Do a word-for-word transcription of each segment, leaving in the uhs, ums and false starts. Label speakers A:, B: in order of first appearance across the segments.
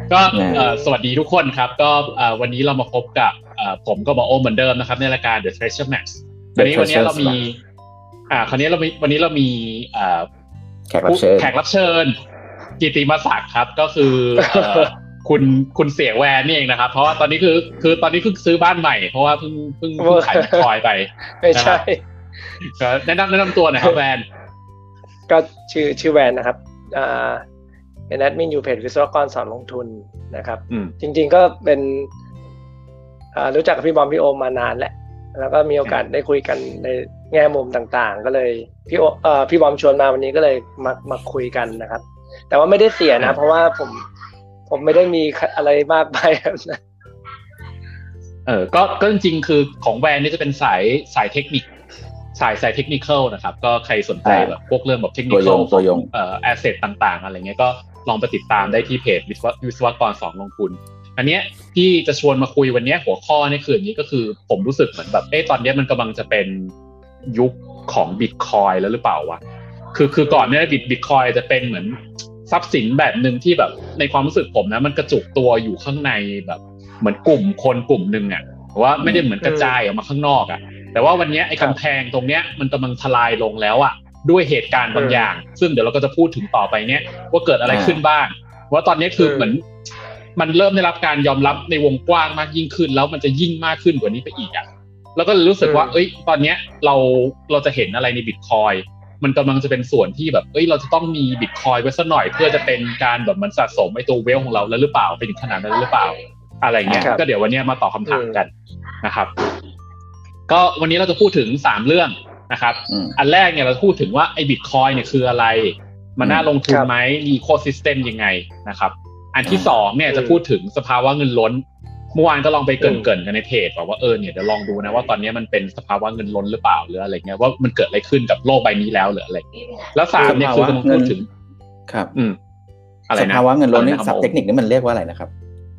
A: ก็สวัสดีทุกคนครับก็วันนี้เรามาพบกับผมก็บอกโอเหมือนเดิมนะครับในรายการ The Treasure Max วันนี้วันนี้เรามีอ่าคราวนี้เรามีวันนี้เรามี
B: แขกรับเชิญ
A: แขกรับเชิญกิตติมศักดิ์ครับก็คือคุณคุณเสียแวนนี่เองนะครับเพราะว่าตอนนี้คือคือตอนนี้เพิ่งซื้อบ้านใหม่เพราะว่าเพิ่งเพิ่งขายบิตคอยน์ไป
C: ไม่ใช่
A: แนะนำแนะนำตัวหน่อยครับแวน
C: ก็ชื่อชื่อแวนนะครับอ่าเป็นแอดมินอยู่เพจวิศวกรสอนลงทุนนะครับจริงๆก็เป็นอ่ารู้จักกับพี่บอมพี่โอมมานานแหละแล้วก็มีโอกาสได้คุยกันในแง่มุมต่างๆก็เลยพี่โอเอ่อพี่บอมชวนมาวันนี้ก็เลยมามาคุยกันนะครับแต่ว่าไม่ได้เสียนะเพราะว่าผมผมไม่ได้มีอะไรมากไปนะ
A: เออก็ก็จริงๆคือของแวนนี่จะเป็นสายสายเทคนิคสายสายเทคนิคอลนะครับก็ใครสนใจแบบพวกเรื่องแบบเทคนิคอล
B: ตัวยง
A: เอ่อแอสเซทต่างๆอะไรเงี้ยก็ลองไปติดตามได้ที่เพจวิศวกรสอนลงทุนอันเนี้ยที่จะชวนมาคุยวันนี้หัวข้อนี่คืออย่างนี้ก็คือผมรู้สึกเหมือนแบบเอ๊ะตอนนี้มันกำลังจะเป็นยุคของ Bitcoin แล้วหรือเปล่าวะคือคือก่อนเนี่ย Bitcoin จะเป็นเหมือนทรัพย์สินแบบนึงที่แบบในความรู้สึกผมนะมันกระจุกตัวอยู่ข้างในแบบเหมือนกลุ่มคนกลุ่มนึงอ่ะว่าไม่ได้เหมือนกระจายออกมาข้างนอกอ่ะแต่ว่าวันนี้ไอ้กำแพงตรงเนี้ยมันกำลังทลายลงแล้วอ่ะด้วยเหตุการณ์บางอย่างซึ่งเดี๋ยวเราก็จะพูดถึงต่อไปเนี้ยว่าเกิดอะไรขึ้นบ้างว่าตอนนี้คือเหมือนมันเริ่มได้รับการยอมรับในวงกว้างมากยิ่งขึ้นแล้วมันจะยิ่งมากขึ้นกว่านี้ไปอีกอ่ะแล้วก็รู้สึกว่าเอ้ยตอนเนี้ยเราเราจะเห็นอะไรใน Bitcoin มันกำลังจะเป็นส่วนที่แบบเอ้ยเราจะต้องมี Bitcoin ไว้สักหน่อยเพื่อจะเป็นการแบบมันสะสมไอ้ตัวเวลของเราแล้วหรือเปล่าเป็นถึงขนาดนั้นหรือเปล่าอะไรเงี้ยก็เดี๋ยววันนี้มาตอบคำถามกันนะครับก็วันนี้เราจะพูดถึงสามเรื่องนะครับอันแรกเนี่ยเราพูดถึงว่าไอ้ Bitcoin เนี่ยคืออะไรมันน่าลงทุนไหมมีอีโคซิสเต็มยังไงนะครับอันที่สองเนี่ยจะพูดถึงสภาวะเงินล้นเมื่อวานก็ลองไปเกริ่นๆกันในเพจบอกว่าเออเนี่ยเดี๋ยวลองดูนะว่าตอนนี้มันเป็นสภาวะเงินล้นหรือเปล่าหรืออะไรเงี้ยว่ามันเกิดอะไรขึ้นกับโลกใบนี้แล้วหรืออะไรแล้วสามเนี่ยคือกำลังพูดถึง
B: ครับ
A: อืมอะไรนะ
B: สภาวะเงินล้นนี่ศัพท์เทคนิคนี่มันเรียกว่าอะไรนะครับ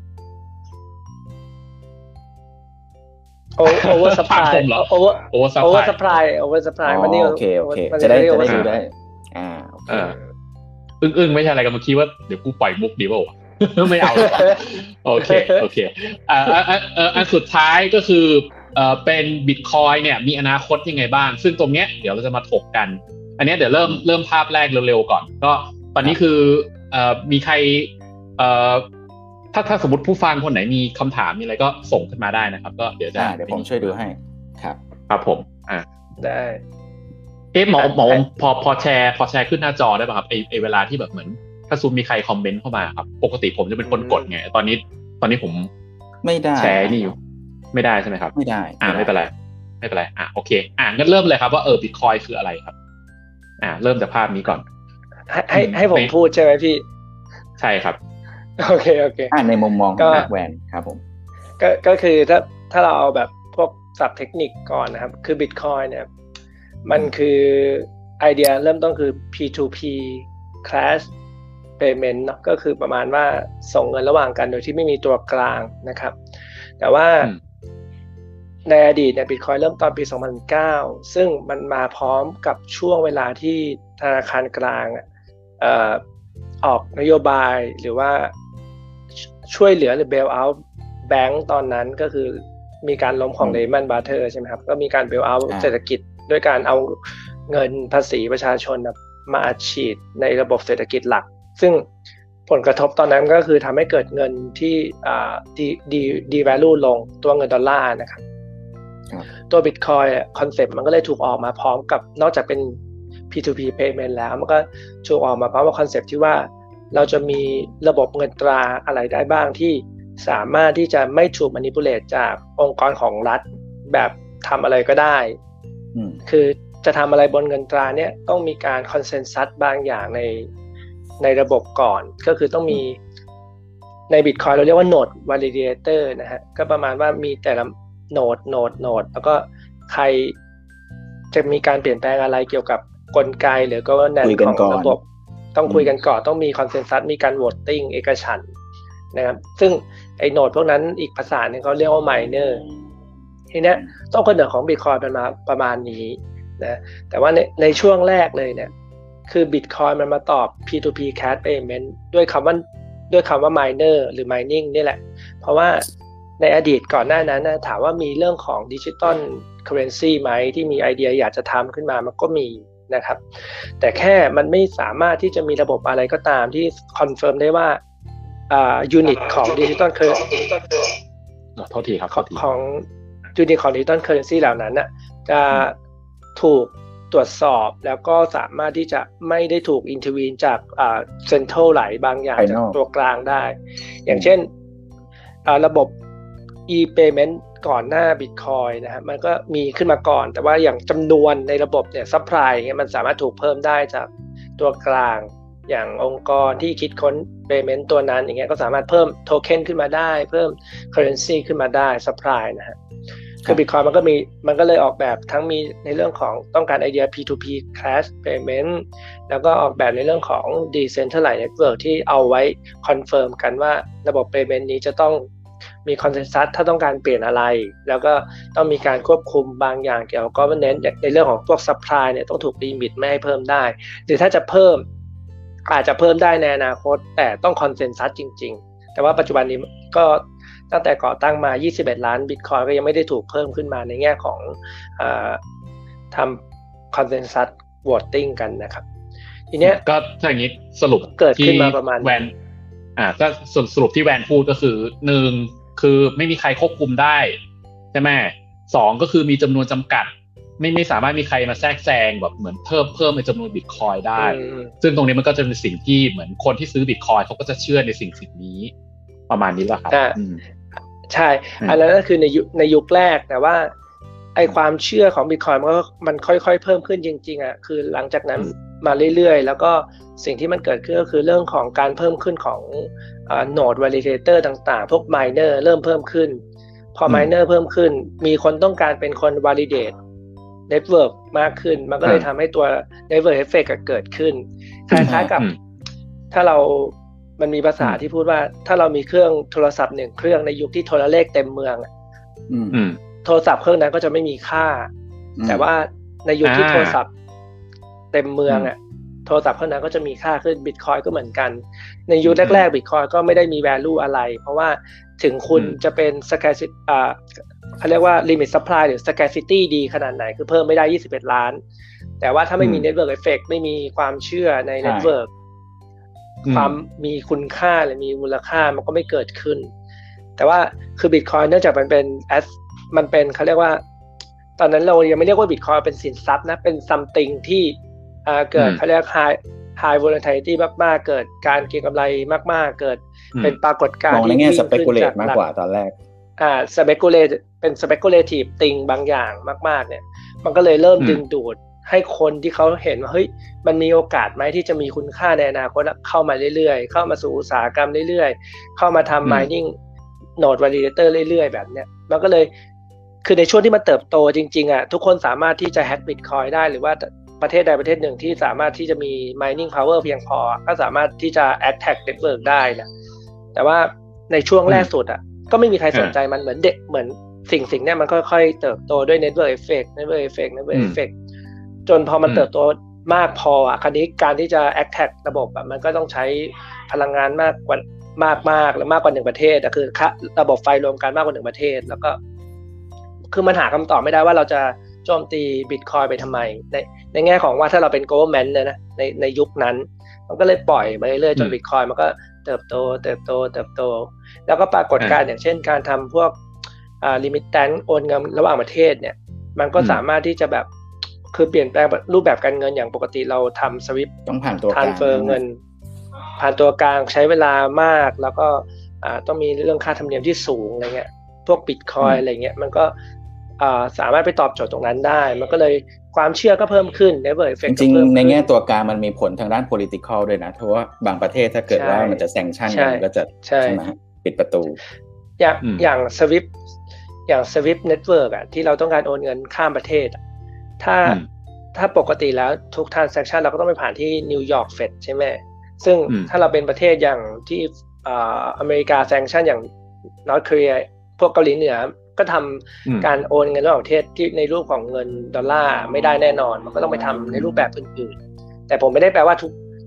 C: โอเวอร์ซัพพลายโอเวอร์โอเวอร์ซัพพลายโอเวอร์ซัพพลายมันนี่
B: โอเคโอเคจะได้จะได้ดูได้อ่าโอเค
A: อึ้งๆไม่ใช่อะไรกันเมื่อกี้ว่าเดี๋ยวกูปล่อยมุกดีป่าวไม่เอาโอเคโอเคอ่าอันสุดท้ายก็คือเอ่อเป็น Bitcoin เนี่ยมีอนาคตยังไงบ้างซึ่งตรงเนี้ยเดี๋ยวเราจะมาถกกันอันนี้เดี๋ยวเริ่มเริ่มภาพแรกเร็วๆก่อนก็ตอนนี้คือเอ่อมีใครเอ่อถ้าถ้าสมมติผู้ฟังคนไหนมีคำถามมีอะไรก็ส่งขึ้นมาได้นะครับก็เดี๋ยวจะ
B: เดี๋ยวผมช่วยดูให้ครับ
A: ครับผมอ่า
C: ได้
A: เอ๊ะหมอหมอพอพอแชร์พอแชร์ขึ้นหน้าจอได้ป่ะครับไอไอเวลาที่แบบเหมือนถ้าซูมมีใครคอมเมนต์เข้ามาครับปกติผมจะเป็นคนกดไงตอนนี้ตอนนี้ผม
B: ไม่ได้
A: แชร์นี่อยู่ไม่ได้ใช่ไหมครับ
B: ไม่ได้
A: อ่าไม่เป็นไรไม่เป็นไรอ่ะโอเคอ่างั้นเริ่มเลยครับว่าเออ Bitcoin คืออะไรครับอ่าเริ่มจากภาพนี้ก่อน
C: ให้ให้ให้ผมพูดใช่ไหมพี่
A: ใช่ครับ
C: โอเคโอเค
B: อ่าในมุมมองของนักแวนครับผม
C: ก็ก็คือถ้าถ้าเราเอาแบบพวกศัพท์เทคนิคก่อนนะครับคือ Bitcoin เนี่ยมันคือไอเดียเริ่มต้นคือ พี ทู พี Cash Payment เนาะก็คือประมาณว่าส่งเงินระหว่างกันโดยที่ไม่มีตัวกลางนะครับแต่ว่าในอดีตเนี่ย Bitcoin เริ่มตอนปีสองพันเก้าซึ่งมันมาพร้อมกับช่วงเวลาที่ธนาคารกลางเอ่อออกนโยบายหรือว่าช่วยเหลือหรือ bail out แบงก์ตอนนั้นก็คือมีการล้มของ Lehman Brothers ใช่ไหมครับก็มีการ bail out เศรษฐกิจด้วยการเอาเงินภาษีประชาชนมาอัดฉีดในระบบเศรษฐกิจหลักซึ่งผลกระทบตอนนั้นก็คือทำให้เกิดเงินที่อ่าดีดีดี value ลงตัวเงินดอลลาร์นะครับตัว Bitcoin คอนเซ็ปต์มันก็เลยถูกออกมาพร้อมกับนอกจากเป็น พี ทู พี Payment แล้วมันก็ถูกออกมาพร้อมกับคอนเซ็ปต์ที่ว่าเราจะมีระบบเงินตราอะไรได้บ้างที่สามารถที่จะไม่ถูก manipulate จากองค์กรของรัฐแบบทำอะไรก็ได้คือจะทำอะไรบนเงินตราเนี่ยต้องมีการคอนเซนซัสบางอย่างในในระบบก่อนก็คือต้องมีใน Bitcoin เราเรียกว่า Node Validator นะฮะก็ประมาณว่ามีแต่ละโนดโนดโนดแล้วก็ใครจะมีการเปลี่ยนแปลงอะไรเกี่ยวกับกลไกหรือ governance ของระบบต้องคุยกันก่อนต้องมีคอนเซนซัสมีการโหวตติ้งเอกฉันท์นะครับซึ่งไอ้โนดพวกนั้นอีกภาษาหนึ่งเขาเรียกว่า miner ทีเนี้ยต้องกำเนิดของ Bitcoin เป็นมาประมาณนี้นะแต่ว่าในในช่วงแรกเลยเนี่ยคือ Bitcoin มันมาตอบ พี ทู พี Cash Payment ด้วยคำว่าด้วยคำว่า miner หรือ mining นี่แหละเพราะว่าในอดีตก่อนหน้านั้นนะถามว่ามีเรื่องของ digital currency ไหมที่มีไอเดียอยากจะทำขึ้นมามันก็มีนะครับแต่แค่มันไม่สามารถที่จะมีระบบอะไรก็ตามที่คอนเฟิร์มได้ว่าอ่า unit ของ digital currency
A: โทษทีครับ
C: ของ unit ของ digital currency เหล่านั้นน่ะจะถูกตรวจสอบแล้วก็สามารถที่จะไม่ได้ถูก intervene จากอ่า central ไหลบางอย่างจากตัวกลางได้อย่างเช่นอ่าระบบ e-payment ก่อนหน้า Bitcoin นะฮะมันก็มีขึ้นมาก่อนแต่ว่าอย่างจำนวนในระบบเนี่ย supply อย่างเงี้ยมันสามารถถูกเพิ่มได้จากตัวกลางอย่างองค์กรที่คิดค้น payment ตัวนั้นอย่างเงี้ยก็สามารถเพิ่มโทเค็นขึ้นมาได้เพิ่ม currency ขึ้นมาได้ supply นะฮะคือ Bitcoin มันก็มีมันก็เลยออกแบบทั้งมีในเรื่องของต้องการไอเดีย พี ทู พี cash payment แล้วก็ออกแบบในเรื่องของ decentralized network ที่เอาไว้ confirm กันว่าระบบ payment นี้จะต้องมีคอนเซนซัสถ้าต้องการเปลี่ยนอะไรแล้วก็ต้องมีการควบคุมบางอย่างเกี่ยวกับ governance ในเรื่องของพวก supply เนี่ยต้องถูกลิมิตไม่ให้เพิ่มได้หรือถ้าจะเพิ่มอาจจะเพิ่มได้ในอนาคตแต่ต้องคอนเซนซัสจริงๆแต่ว่าปัจจุบันนี้ก็ตั้งแต่ก่อตั้งมายี่สิบเอ็ดล้าน Bitcoin ก็ยังไม่ได้ถูกเพิ่มขึ้นมาในแง่ของเอ่อทำคอนเซนซัส voting กันนะครับทีเนี้ย
A: ก็ถ้าอย่างนี้สรุป
C: เกิดขึ้นมาประมาณ
A: แวนอ่าก็สรุปที่แวนพูดก็คือหนึ่งคือไม่มีใครควบคุมได้ใช่ไหมสองก็คือมีจำนวนจำกัดไม่ไม่สามารถมีใครมาแทรกแซงแบบเหมือนเพิ่มเพิ่มในจำนวน Bitcoin ได้ซึ่งตรงนี้มันก็จะเป็นสิ่งที่เหมือนคนที่ซื้อ Bitcoin เขาก็จะเชื่อในสิ่งสิ่งนี้ประมาณนี้แหละครับ
C: ใช่อันนั้นก็คือในยุคในยุคแรกแต่ว่าไอความเชื่อของ Bitcoin มันก็มันค่อยๆเพิ่มขึ้นจริงๆอ่ะคือหลังจากนั้นมาเรื่อยๆแล้วก็สิ่งที่มันเกิดขึ้นก็คือเรื่องของการเพิ่มขึ้นของอ่า node validator ต่างๆพวก miner เริ่มเพิ่มขึ้นพอ miner เพิ่มขึ้นมีคนต้องการเป็นคน validate network มากขึ้นมันก็เลยทำให้ตัว network effect เกิดขึ้นคล้ายๆกับถ้าเรามันมีภาษาที่พูดว่าถ้าเรามีเครื่องโทรศัพท์หนึ่งเครื่องในยุคที่โทรเลขเต็มเมืองโทรศัพท์เครื่องนั้นก็จะไม่มีค่าแต่ว่าในยุคที่โทรศัพท์เต็มเมืองอ่ะโทรศัพท์เครื่องนั้นก็จะมีค่าขึ้น Bitcoin ก็เหมือนกันในยุคแรกๆ Bitcoin ก็ไม่ได้มี value อะไรเพราะว่าถึงคุณจะเป็น scarcity อ่าเขาเรียกว่า limit supply หรือ scarcity ดีขนาดไหนคือเพิ่มไม่ได้ยี่สิบเอ็ดล้านแต่ว่าถ้าไม่มี network effect ไม่มีความเชื่อใน network ความมีคุณค่าหรือมีมูลค่ามันก็ไม่เกิดขึ้นแต่ว่าคือ Bitcoin เนื่องจากมันเป็น as มันเป็นเขาเรียกว่าตอนนั้นเรายังไม่เรียกว่า Bitcoin เป็นสินทรัพย์นะเป็น something ที่อ่าเกิดเขาเรียก high high volatility มากๆเกิดการเก็งกำไรมากๆเกิดเป็นปรากฏการณ์ที่
B: มองในแง่ speculate มากกว่าตอนแรก
C: อ่า speculate เป็น speculative thing บางอย่างมากๆเนี่ยมันก็เลยเริ่มดึงดูดให้คนที่เขาเห็นว่าเฮ้ยมันมีโอกาสไหมที่จะมีคุณค่าในอนาคตเข้ามาเรื่อยๆเข้ามาสู่อุตสาหกรรมเรื่อยๆเข้ามาทำ mining node validator เรื่อยๆแบบเนี้ยมันก็เลยคือในช่วงที่มันเติบโตจริงๆอ่ะทุกคนสามารถที่จะ hack Bitcoin ได้หรือว่าประเทศใดประเทศหนึ่งที่สามารถที่จะมี mining power เพียงพอก็สามารถที่จะ attack network ได้นะแต่ว่าในช่วงแรกสุดอ่ะก็ไม่มีใครสนใจมันเหมือนเด็กเหมือนสิ่งสิ่งเนี้ยมันค่อยๆเติบโตด้วย network effect network effect network effect จนพอมันเติบโตมากพออ่ะคราวนี้การที่จะ attack ระบบอ่ะมันก็ต้องใช้พลังงานมากกว่ามากมากและมากกว่าหนึ่งประเทศอ่ะคือระบบไฟรวมกันมากกว่าหนึ่งประเทศแล้วก็คือมันหาคำตอบไม่ได้ว่าเราจะโจมตี Bitcoin ไปทำไมในในแง่ของว่าถ้าเราเป็น government เนี่ยนะในในยุคนั้นมันก็เลยปล่อยมาเรื่อยๆจน Bitcoin มันก็เติบโตเติบโตเติบโตแล้วก็ปรากฏการณ์อย่างเช่นการทำพวกอ่า remittance โอนเงินระหว่างประเทศเนี่ยมันก็สามารถที่จะแบบคือเปลี่ยนแปลงรูปแบบการเงินอย่างปกติเราทำ Swift
B: ต้องผ่านตัวกลาง
C: transfer เงินผ่านตัวกลางใช้เวลามากแล้วก็อ่าต้องมีเรื่องค่าธรรมเนียมที่สูงอะไรเงี้ยพวก Bitcoin อะไรเงี้ยมันก็อ่าสามารถไปตอบโจทย์ตรงนั้นได้มันก็เลยความเชื่อก็เพิ่มขึ้น Network Effect
B: จริงๆในแง่ตัวกลางมันมีผลทางด้าน political ด้วยนะเพราะว่าบางประเทศถ้าเกิดว่ามันจะ sanction กันก็จะใช่ไหมปิดประตู
C: อย่างอย่าง Swift อย่าง Swift Network อ่ะที่เราต้องการโอนเงินข้ามประเทศถ้าถ้าปกติแล้วทุก transaction เราก็ต้องไปผ่านที่นิวยอร์กเฟดใช่ไหมซึ่งถ้าเราเป็นประเทศอย่างที่อ่าอเมริกา sanction อย่าง North Korea พวกเกาหลีเหนือก็ทำการโอนเงินระหว่างประเทศที่ในรูปของเงินดอลลาร์ไม่ได้แน่นอนมันก็ต้องไปทำในรูปแบบอื่นๆแต่ผมไม่ได้แปลว่าทุก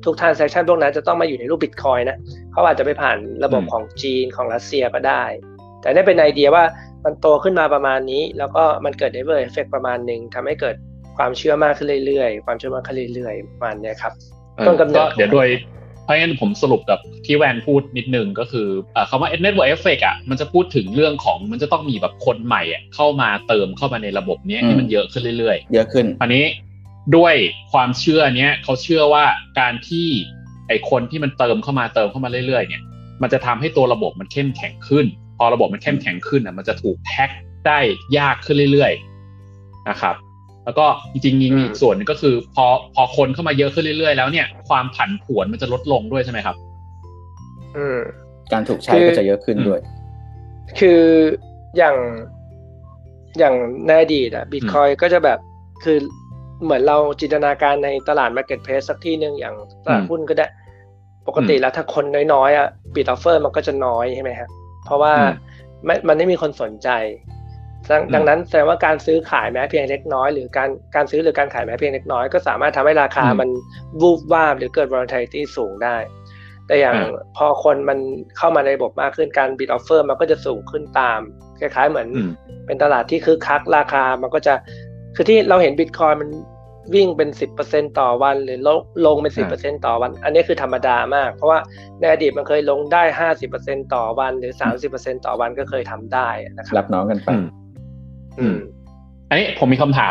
C: ทุก transaction พวกนั้นจะต้องมาอยู่ในรูป Bitcoin นะเขาอาจจะไปผ่านระบบของจีนของรัสเซียก็ได้แต่นี่เป็นไอเดียว่ามันโตขึ้นมาประมาณนี้แล้วก็มันเกิด network effect ประมาณนึงทำให้เกิดความเชื่อมากขึ้นเรื่อยๆความเชื่อมากขึ้นเรื่อยๆประมาณนี้ครับต้นกำเนิด
A: เดี๋ยวโดยเพราะงั้นผมสรุปกับที่แวนพูดนิดนึงก็คือคำว่า network effect อ่ะมันจะพูดถึงเรื่องของมันจะต้องมีแบบคนใหม่อ่ะเข้ามาเติมเข้ามาในระบบนี้ที่มันเยอะขึ้นเรื่อย
B: ๆเยอะขึ้น
A: อันนี้ด้วยความเชื่อเนี้ยเขาเชื่อว่าการที่ไอคนที่มันเติมเข้ามาเติมเข้ามาเรื่อยๆเนี่ยมันจะทำให้ตัวระบบมันเข้มแข็งขึ้นพอระบบมันเข้มแข็งขึ้นอ่ะมันจะถูกแฮ็กได้ยากขึ้นเรื่อยๆนะครับแล้วก็จริงๆมีอีกส่วนนึงก็คือพอพอคนเข้ามาเยอะขึ้นเรื่อยๆแล้วเนี่ยความผันผวนมันจะลดลงด้วยใช่ไหมครับ
C: อืม
B: การถูกใช้ก็จะเยอะขึ้นด้วย
C: คืออย่างอย่างในอดีตอ่ะ Bitcoin ก็จะแบบคือเหมือนเราจินตนาการในตลาด Marketplace สักที่นึงอย่างตลาดหุ้นก็ได้ปกติแล้วถ้าคนน้อยๆอ่ะ Bid Offer มันก็จะน้อยใช่ไหมครับเพราะว่าไม่มันไม่มีคนสนใจดังนั้นแสดงว่าการซื้อขายแม้เพียงเล็กน้อยหรือการการซื้อหรือการขายแม้เพียงเล็กน้อยก็สามารถทำให้ราคามันวูบวาบหรือเกิด volatility สูงได้แต่อย่างพอคนมันเข้ามาในระบบมากขึ้นการ bid offer มันก็จะสูงขึ้นตามคล้ายๆเหมือนเป็นตลาดที่คึกคักราคามันก็จะคือที่เราเห็น Bitcoin มันวิ่งเป็น สิบเปอร์เซ็นต์ ต่อวันหรือลงลงเป็น สิบเปอร์เซ็นต์ ต่อวันอันนี้คือธรรมดามากเพราะว่าในอดีตมันเคยลงได้ ห้าสิบเปอร์เซ็นต์ ต่อวันหรือ สามสิบเปอร์เซ็นต์ ต่อวันก็เคยทำได้นะครับ
B: รับน้องกันไป
A: อืมอันนี้ผมมีคำถาม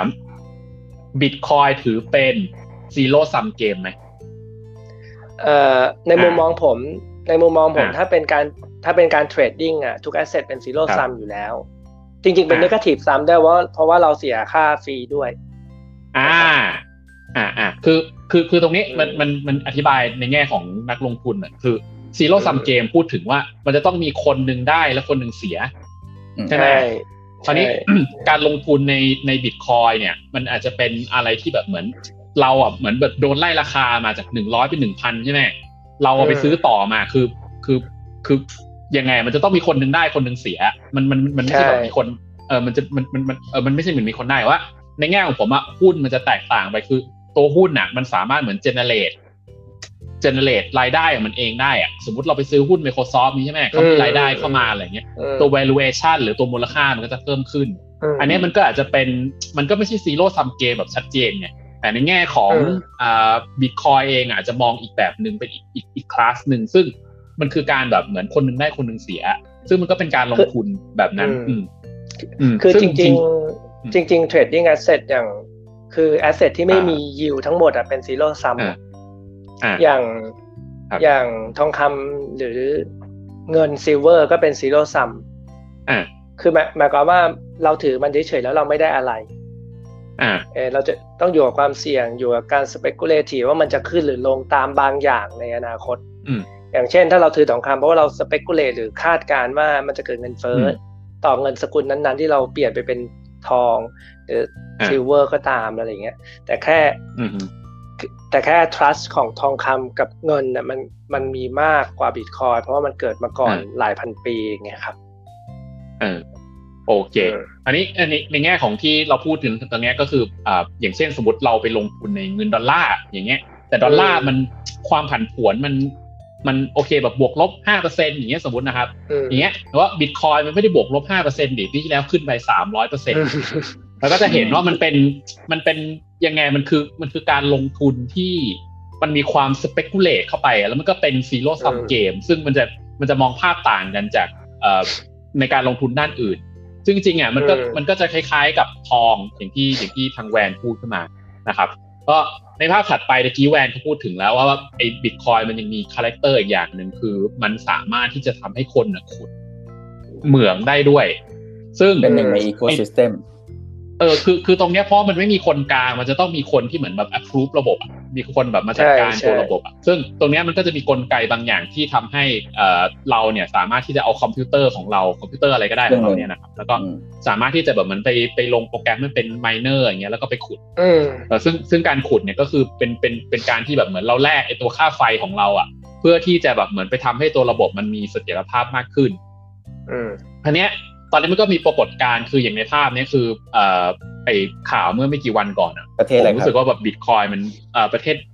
A: Bitcoin ถือเป็น Zero Sum Game ไหม
C: เอ่อในมุมมองผมในมุมมองผมถ้าเป็นการถ้าเป็นการเทรดดิ้งอ่ะทุก asset เป็น Zero Sum อยู่แล้วจริงๆเป็น Negative Sum ได้ว่าเพราะว่าเราเสียค่าฟรีด้วย
A: อ่าอ่าอ่าคือคือคือตรงนี้มันมันมันอธิบายในแง่ของนักลงทุนอ่ะคือ Zero Sum Game พูดถึงว่ามันจะต้องมีคนนึงได้และคนนึงเสียใช่ไหมตอนนี้ การลงทุนในใน Bitcoin เนี่ยมันอาจจะเป็นอะไรที่แบบเหมือนเราอ่ะเหมือนแบบโดนไล่ราคามาจากหนึ่งร้อยเป็น หนึ่งพัน ใช่ไหมเราเอาไปซื้อต่อมาคือคือคือยังไงมันจะต้องมีคนนึงได้คนนึงเสียมันมันมันไม่ใช่แบบมีคนเออมันจะมันมันมันเออมันไม่ใช่เหมือนมีคนได้ว่าในแง่ของผมอ่ะหุ้นมันจะแตกต่างไปคือตัวหุ้นน่ะมันสามารถเหมือน generate generate รายได้ของมันเองได้อ่ะสมมุติเราไปซื้อหุ้น Microsoft นี้ใช่มั้ยเขามีรายได้เข้ามาอะไรเงี้ยตัว valuation หรือตัวมูลค่ามันก็จะเพิ่มขึ้นอันนี้มันก็อาจจะเป็นมันก็ไม่ใช่ zero sum game แบบชัดเจนไงแต่ในแง่ของอ่า Bitcoin เองอาจจะมองอีกแบบนึงเป็นอีกอีกอีกคลาสนึงซึ่งมันคือการแบบเหมือนคนนึงได้คนนึงเสียซึ่งมันก็เป็นการลงทุนแบบนั้นอืม
C: คือจริงๆจริงๆ trading asset อย่างคือ asset ที่ไม่มี yield ทั้งหมดอ่ะเป็น zero sum อย่างอย่างทองคำหรือเงินซิลเวอร์ก็เป็น zero sum
A: อ่า
C: คือหมายหมายความว่าเราถือมันเฉยๆแล้วเราไม่ได้อะไร
A: อ่า
C: เออเราจะต้องอยู่กับความเสี่ยงอยู่กับการ speculate ว่ามันจะขึ้นหรือลงตามบางอย่างในอนาคต
A: อืม
C: อย่างเช่นถ้าเราถือทองคำเพราะว่าเรา speculate หรือคาดการณ์ว่ามันจะเกิดเงินเฟ้อต่อเงินสกุลนั้นๆที่เราเปลี่ยนไปเป็นทองหรือซิลเวอร์ก็ตามอะไรอย่างเงี้ยแต่แค่แต่แค่ trust ของทองคำกับเงินน่ะมันมันมีมากกว่า Bitcoin เพราะว่ามันเกิดมาก่อนหลายพันปีอย่างเงี้ยครับ
A: เออโอเคอันนี้อันนี้ในแง่ของที่เราพูดถึงตรงนี้ก็คืออ่าอย่างเช่นสมมติเราไปลงทุนในเงินดอลลาร์อย่างเงี้ยแต่ดอลลาร์มันความผันผวนมันมันโอเคแบบบวกลบ ห้าเปอร์เซ็นต์ อย่างเงี้ยสมมุตินะครับอย่างเงี้ยแต่ว่า Bitcoin มันไม่ได้บวกลบ ห้าเปอร์เซ็นต์ ดิปีที่แล้วขึ้นไป สามร้อยเปอร์เซ็นต์ แล้วก็จะเห็นว่ามันเป็นมันเป็นยังไงมันคือมันคือการลงทุนที่มันมีความ speculate เข้าไปแล้วมันก็เป็น zero sum game ซึ่งมันจะมันจะมองภาพต่างกันจากเอ่อในการลงทุนด้านอื่นซึ่งจริงๆอ่ะมันก็มันก็จะคล้ายๆกับทองอย่างที่อย่างที่ทางแวนพูดขึ้นมานะครับก็ในภาพถัดไปตะกี้แวนเขาพูดถึงแล้วว่าไอ้ Bitcoin มันยังมีคาแรคเตอร์อีกอย่างนึงคือมันสามารถที่จะทำให้คนน่ะขุดเหมืองได้ด้วยซึ่ง
B: เป็นหนึ่งใน ecosystem
A: เออคือคือตรงเนี้ยเพราะมันไม่มีคนกลางมันจะต้องมีคนที่เหมือนแบบ approve ระบบมีคนแบบมาจัดการตัวระบบอ่ะซึ่งตรงเนี้ยมันก็จะมีกลไกบางอย่างที่ทำให้เอ่อเราเนี่ยสามารถที่จะเอาคอมพิวเตอร์ของเราคอมพิวเตอร์อะไรก็ได้ของเราเนี่ยนะครับแล้วก็สามารถที่จะแบบเหมือนไปไปลงโปรแกรมให้เป็นไมเนอร์อย่างเงี้ยแล้วก็ไปขุดเออซึ่งซึ่งการขุดเนี่ยก็คือเป็นเป็นเป็นการที่แบบเหมือนเราแลกไอ้ตัวค่าไฟของเราอ่ะเพื่อที่จะแบบเหมือนไปทำให้ตัวระบบมันมีเสถียรภาพมากขึ้น
C: อืม
A: อันเนี้ยตอนนี้มันก็มีปรากฏการณ์คืออย่างในภาพนี้คือเอ่อไอ้ข่าวเมื่อไม่กี่วันก่อนอ่ะผมรู้สึกว่าแบบ Bitcoin มันเอ่อประเทศ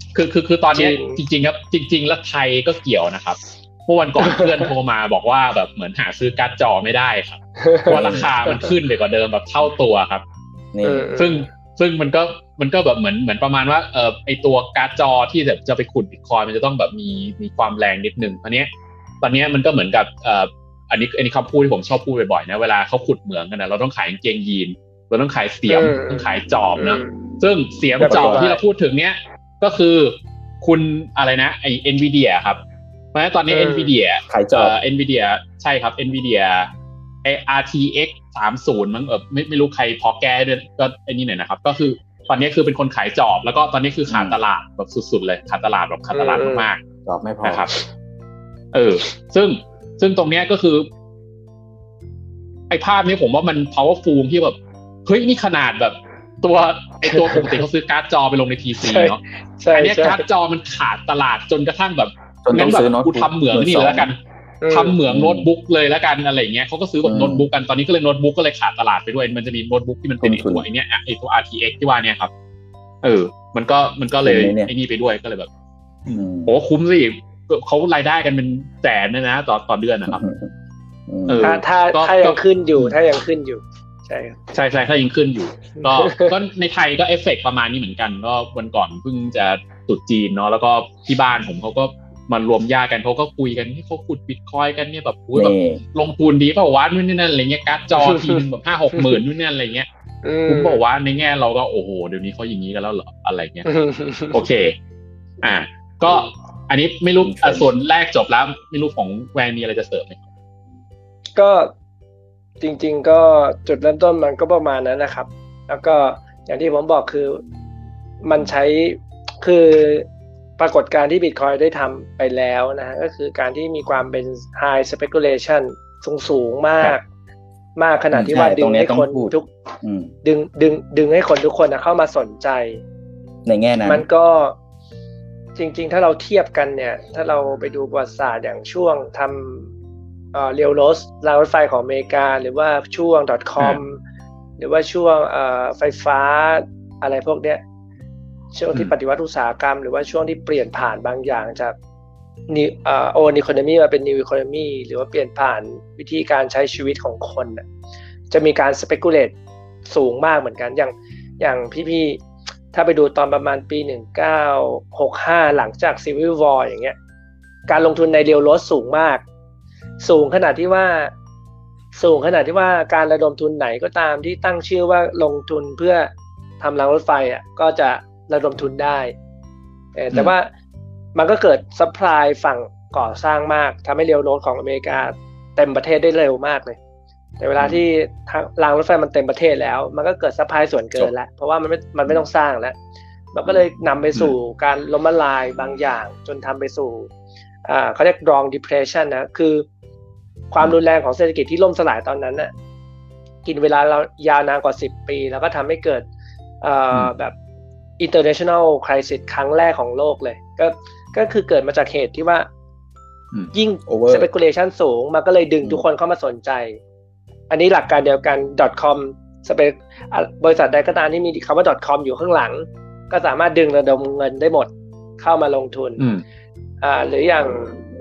A: คือคือคือตอนนี้จริงๆครับจริงๆแล้วไทยก็เกี่ยวนะครับเมื่อวันก่อนเพื่อนโทรมาบอกว่าแบบเหมือนหาซื้อการ์ดจอไม่ได้ครับเพราะราคามันขึ้นไปกว่าเดิมแบบเท่าตัวครับนี่ซึ่งซึ่งมันก็มันก็แบบเหมือนเหมือนประมาณว่าเออไอตัวการ์ดจอที่แบบจะไปขุด Bitcoin มันจะต้องแบบมีมีความแรงนิดนึงอันนี้ตอนนี้มันก็เหมือนกับเอ่ออันนี้อันนี้คำพูดที่ผมชอบพูดบ่อยๆนะเวลาเขาขุดเหมืองกันนะเราต้องขายกางเกงยีนเราต้องขายเสียมต้องขายจอบนะซึ่งเสียมจอบที่เราพูดถึงเนี้ยก็คือคุณอะไรนะไอ้ Nvidia ครับเพราะฉะนั้นตอนนี้ Nvidia
B: ขายจอบ
A: เอ่อ Nvidia ใช่ครับ Nvidia ไอ้ อาร์ ที เอ็กซ์ สามสิบมั้งเออไม่ไม่รู้ใครพอแก้ด้วยก็ไอ้นี่หน่อยนะครับก็คือตอนนี้คือเป็นคนขายจอบแล้วก็ตอนนี้คือขาดตลาดแบบสุดๆเลยขาดตลาดแบบขาดตลาดมาก
B: ๆจอบไม่พอ
A: นะครับเออซึ่งซึ่งตรงเนี้ยก็คือไอ้ภาพนี้ผมว่ามัน powerful ที่แบบเฮ้ยนี่ขนาดแบบตัวไอ้ตัวปกติเขาซื้อการ์ดจอไปลงใน พี ซี เนาะอันนี้การ์ดจอมันขาดตลาดจนกระทั่งแบบงั้นแบบกูทำเหมืองนี่เลยแล้วกันทำเหมืองโน้ตบุ๊กเลยแล้วกันอะไรเงี้ยเขาก็ซื้อแบบโน้ตบุ๊กกันตอนนี้ก็เลยโน้ตบุ๊กก็เลยขาดตลาดไปด้วยมันจะมีโน้ตบุ๊กที่มันเป็นไอ้ตัวไอ้เนี้ยไอ้ตัว อาร์ ที เอ็กซ์ ที่ว่าเนี่ยครับเออมันก็มันก็เลยไอ้นี่ไปด้วยก็เลยแบบโอ้คุ้มสิเขารายได้กันเป็นแสนนะนะต่อต่อเดือนนะครับ
C: ถ้าถ้าถ้ายังขึ้นอยู่ถ้ายังขึ้นอยู่ใช่
A: ใช่ใช่ถ้ายังขึ้นอยู่ก็ก็ในไทยก็เอฟเฟกต์ประมาณนี้เหมือนกันก็วันก่อนเพิ่งจะตรุษจีนเนาะแล้วก็ที่บ้านผมเขาก็มารวมญาติกันเขาก็คุยกันที่เขาขุดบิตคอยกันเนี่ยแบบอุ้ยแบบลงทุนดีเปล่าวะนู่นนี่นั่นอะไรเงี้ยการ์ดจอทีนึงแบบห้าหกหมื่นนู่นนี่นั่นอะไรเงี้ยผมบอกว่าในแง่เราก็โอ้โหเดี๋ยวนี้เขาอย่างนี้กันแล้วเหรออะไรเงี้ยโอเคอ่าก็อันนี้ไม่รู้ส่วนแรกจบแล้วไม่รู้ของแวนมีอะไรจะเสริมไหม
C: ก็จริงๆก็จุดเริ่มต้นมันก็ประมาณนั้นนะครับแล้วก็อย่างที่ผมบอกคือมันใช้คือปรากฏการณ์ที่ Bitcoin ได้ทำไปแล้วนะฮะก็คือการที่มีความเป็น high speculation สูงสูงมากมากขนาดที่ว่าดึงให้คนทุกดึงดึงดึงให้คนทุกคนนะเข้ามาสนใจ
B: ในแง่นั้น
C: มันก็จริงๆถ้าเราเทียบกันเนี่ยถ้าเราไปดูประวัติศาสตร์อย่างช่วงทำเอ่อเรียลโรสรางรถไฟของอเมริกาหรือว่าช่วง .com หรือว่าช่วงเอ่อไฟฟ้าอะไรพวกเนี้ยช่วงที่ปฏิวัติอุตสาหกรรมหรือว่าช่วงที่เปลี่ยนผ่านบางอย่างจากนิวเอ่อโอนอีโคโนมีมาเป็นนิวอีโคโนมีหรือว่าเปลี่ยนผ่านวิธีการใช้ชีวิตของคนน่ะจะมีการสเปกุเลตสูงมากเหมือนกันอย่างอย่างพี่ๆถ้าไปดูตอนประมาณปีหนึ่งเก้าหกห้าหลังจาก Civil War อย่างเงี้ยการลงทุนในเรียลโรสสูงมากสูงขนาดที่ว่าสูงขนาดที่ว่าการระดมทุนไหนก็ตามที่ตั้งชื่อว่าลงทุนเพื่อทำรางรถไฟอ่ะก็จะระดมทุนได้แต่ว่ามันก็เกิดซัพพลายฝั่งก่อสร้างมากทำให้เรียลโรสของอเมริกาเต็มประเทศได้เร็วมากเลยแต่เวลาที่รางรถไฟมันเต็มประเทศแล้วมันก็เกิดซัพพลายส่วนเกินแล้วเพราะว่ามันไม่มันไม่ต้องสร้างแล้วมันก็เลยนำไปสู่การล้มละลายบางอย่างจนทำไปสู่อ่าเขาเรียก long depression นะคือความรุนแรงของเศรษฐกิจที่ล่มสลายตอนนั้นน่ะกินเวลาเรายาวนานกว่าสิบปีแล้วก็ทำให้เกิดอ่าแบบ international crisis ครั้งแรกของโลกเลยก็ก็คือเกิดมาจากเหตุที่ว่ายิ่ง speculation สูงมันก็เลยดึงทุกคนเข้ามาสนใจอันนี้หลักการเดียวกัน .com บริษัทใดก็ตามที่มีคำว่า .com อยู่ข้างหลังก็สามารถดึงระดมเงินได้หมดเข้ามาลงทุนอ่าหรืออย่าง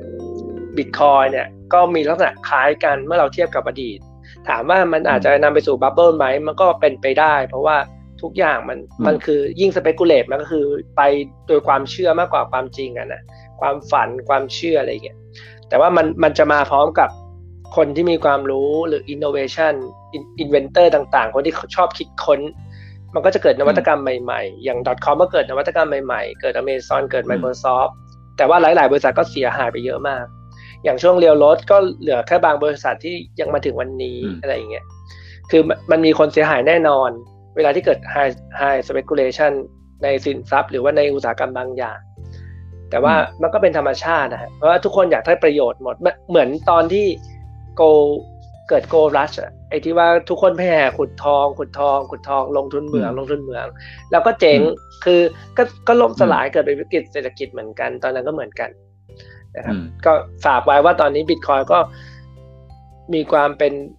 C: Bitcoin เนี่ยก็มีลักษณะคล้ายกันเมื่อเราเทียบกับอดีตถามว่ามันอาจจะนำไปสู่บับเบิ้ลไหมมันก็เป็นไปได้เพราะว่าทุกอย่างมันมันคือยิ่ง speculate มันก็คือไปโดยความเชื่อมากกว่าความจริงอะนะความฝันความเชื่ออะไรอย่างเงี้ยแต่ว่ามันมันจะมาพร้อมกับคนที่มีความรู้หรือ innovation inventor ต่างๆคนที่ชอบคิดค้นมันก็จะเกิดนวัตกรรมใหม่ๆอย่าง .com ก็เกิดนวัตกรรมใหม่ๆเกิด Amazon เกิด Microsoft แต่ว่าหลายๆบริษัทก็เสียหายไปเยอะมากอย่างช่วงเรียลโรสก็เหลือแค่บางบริษัทที่ยังมาถึงวันนี้อะไรอย่างเงี้ยคือมันมีคนเสียหายแน่นอนเวลาที่เกิด high high speculation ในสินทรัพย์หรือว่าในอุตสาหกรรมบางอย่างแต่ว่ามันก็เป็นธรรมชาตินะฮะเพราะว่าทุกคนอยากได้ประโยชน์หมดเหมือนตอนที่โกเกิดโกรัชไอ้ที่ว่าทุกคนแห่ขุดทองขุดทองขุดทองลงทุนเหมืองลงทุนเหมืองแล้วก็เจ๊งคือก็ก็ล่มสลายเกิดเป็นวิกฤตเศรษฐกิจเหมือนกันตอนนั้นก็เหมือนกันนะครับก็ฝากไว้ว่าตอนนี้ Bitcoin ก็มีความเป็น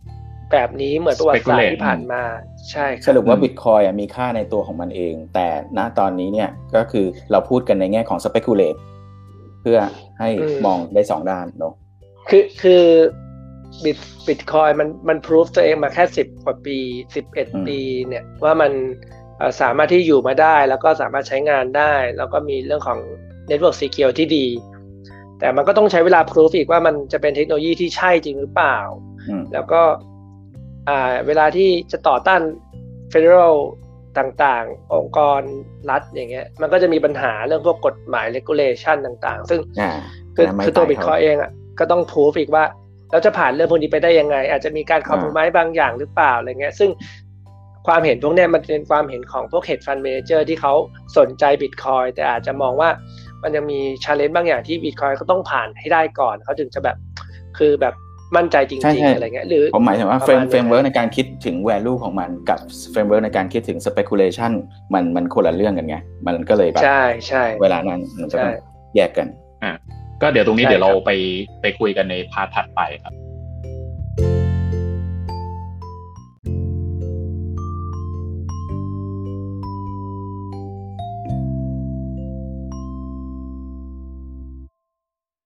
C: แบบนี้เหมือนประวัติศาสตร์ที่ผ่านมาใช่
B: สรุปว่า Bitcoin มีค่าในตัวของมันเองแต่ณตอนนี้เนี่ยก็คือเราพูดกันในแง่ของ speculate เพื่อให้มองได้สองด้านเนาะ
C: คือคือบิตบิตคอยมันมันพิสูจตัวเองมาแค่สิบกว่าปีสิบเอ็ดปีเนี่ยว่ามันสามารถที่อยู่มาได้แล้วก็สามารถใช้งานได้แล้วก็มีเรื่องของ Network Secure ที่ดีแต่มันก็ต้องใช้เวลาพิสูจอีกว่ามันจะเป็นเทคโนโลยีที่ใช่จริงหรือเปล่าแล้วก็อ่าเวลาที่จะต่อต้าน Federal ต่างๆองค์กรรัฐอย่างเงี้ยมันก็จะมีปัญหาเรื่องพวกกฎหมาย regulation ต่างๆซึ่งคือคือตัว Bitcoin เองอ่ะก็ต้องพิสูจอีกว่าแล้วจะผ่านเรื่องพวกนี้ไปได้ยังไงอาจจะมีการคอมโพรไมซ์บางอย่างหรือเปล่าอะไรเงี้ยซึ่งความเห็นพวกเนี้ยมันเป็นความเห็นของพวก hedge fund manager ที่เขาสนใจ Bitcoin แต่อาจจะมองว่ามันยังมี challenge บางอย่างที่ Bitcoin ก็ต้องผ่านให้ได้ก่อนเขาถึงจะแบบคือแบบมั่นใจจริงๆอะไรเงี้ยหรือ
B: ผมหมายถึงว่า frame framework ในการคิดถึง value ของมันกับ framework ในการคิดถึง speculation มันมันคนละเรื่องกันไงมันก็เลยแบบ
C: ใช่ใช่
B: เวลานั้นมันจะต้องแยกกัน
A: อ่ะก็เดี๋ยวตรงนี้เดี๋ยวเราไปไปคุยกันในพาร์ทถัดไปครับ